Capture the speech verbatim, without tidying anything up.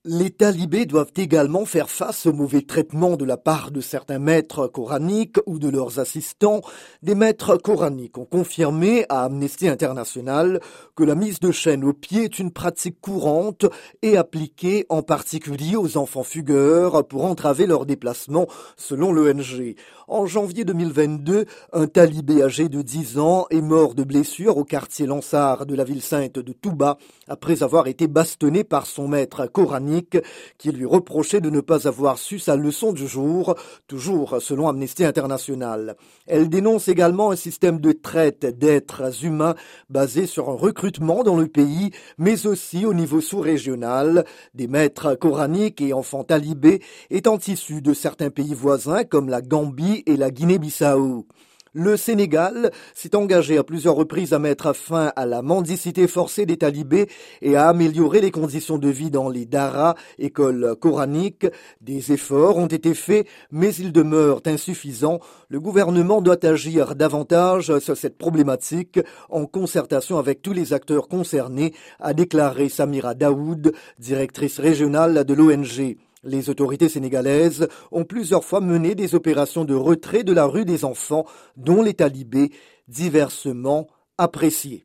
Les talibés doivent également faire face au mauvais traitement de la part de certains maîtres coraniques ou de leurs assistants. Des maîtres coraniques ont confirmé à Amnesty International que la mise de chaînes aux pieds est une pratique courante et appliquée en particulier aux enfants fugueurs pour entraver leur déplacement, selon l'O N G. En janvier deux mille vingt-deux, un talibé âgé de dix ans est mort de blessures au quartier Lansar de la ville sainte de Touba après avoir été bastonné par son maître coranique qui lui reprochait de ne pas avoir su sa leçon du jour, toujours selon Amnesty International. Elle dénonce également un système de traite d'êtres humains basé sur un recrutement dans le pays, mais aussi au niveau sous-régional, des maîtres coraniques et enfants talibés étant issus de certains pays voisins comme la Gambie et la Guinée-Bissau. Le Sénégal s'est engagé à plusieurs reprises à mettre fin à la mendicité forcée des talibés et à améliorer les conditions de vie dans les daras, écoles coraniques. Des efforts ont été faits, mais ils demeurent insuffisants. Le gouvernement doit agir davantage sur cette problématique en concertation avec tous les acteurs concernés, a déclaré Samira Daoud, directrice régionale de l'O N G. Les autorités sénégalaises ont plusieurs fois mené des opérations de retrait de la rue des enfants, dont les talibés diversement appréciés.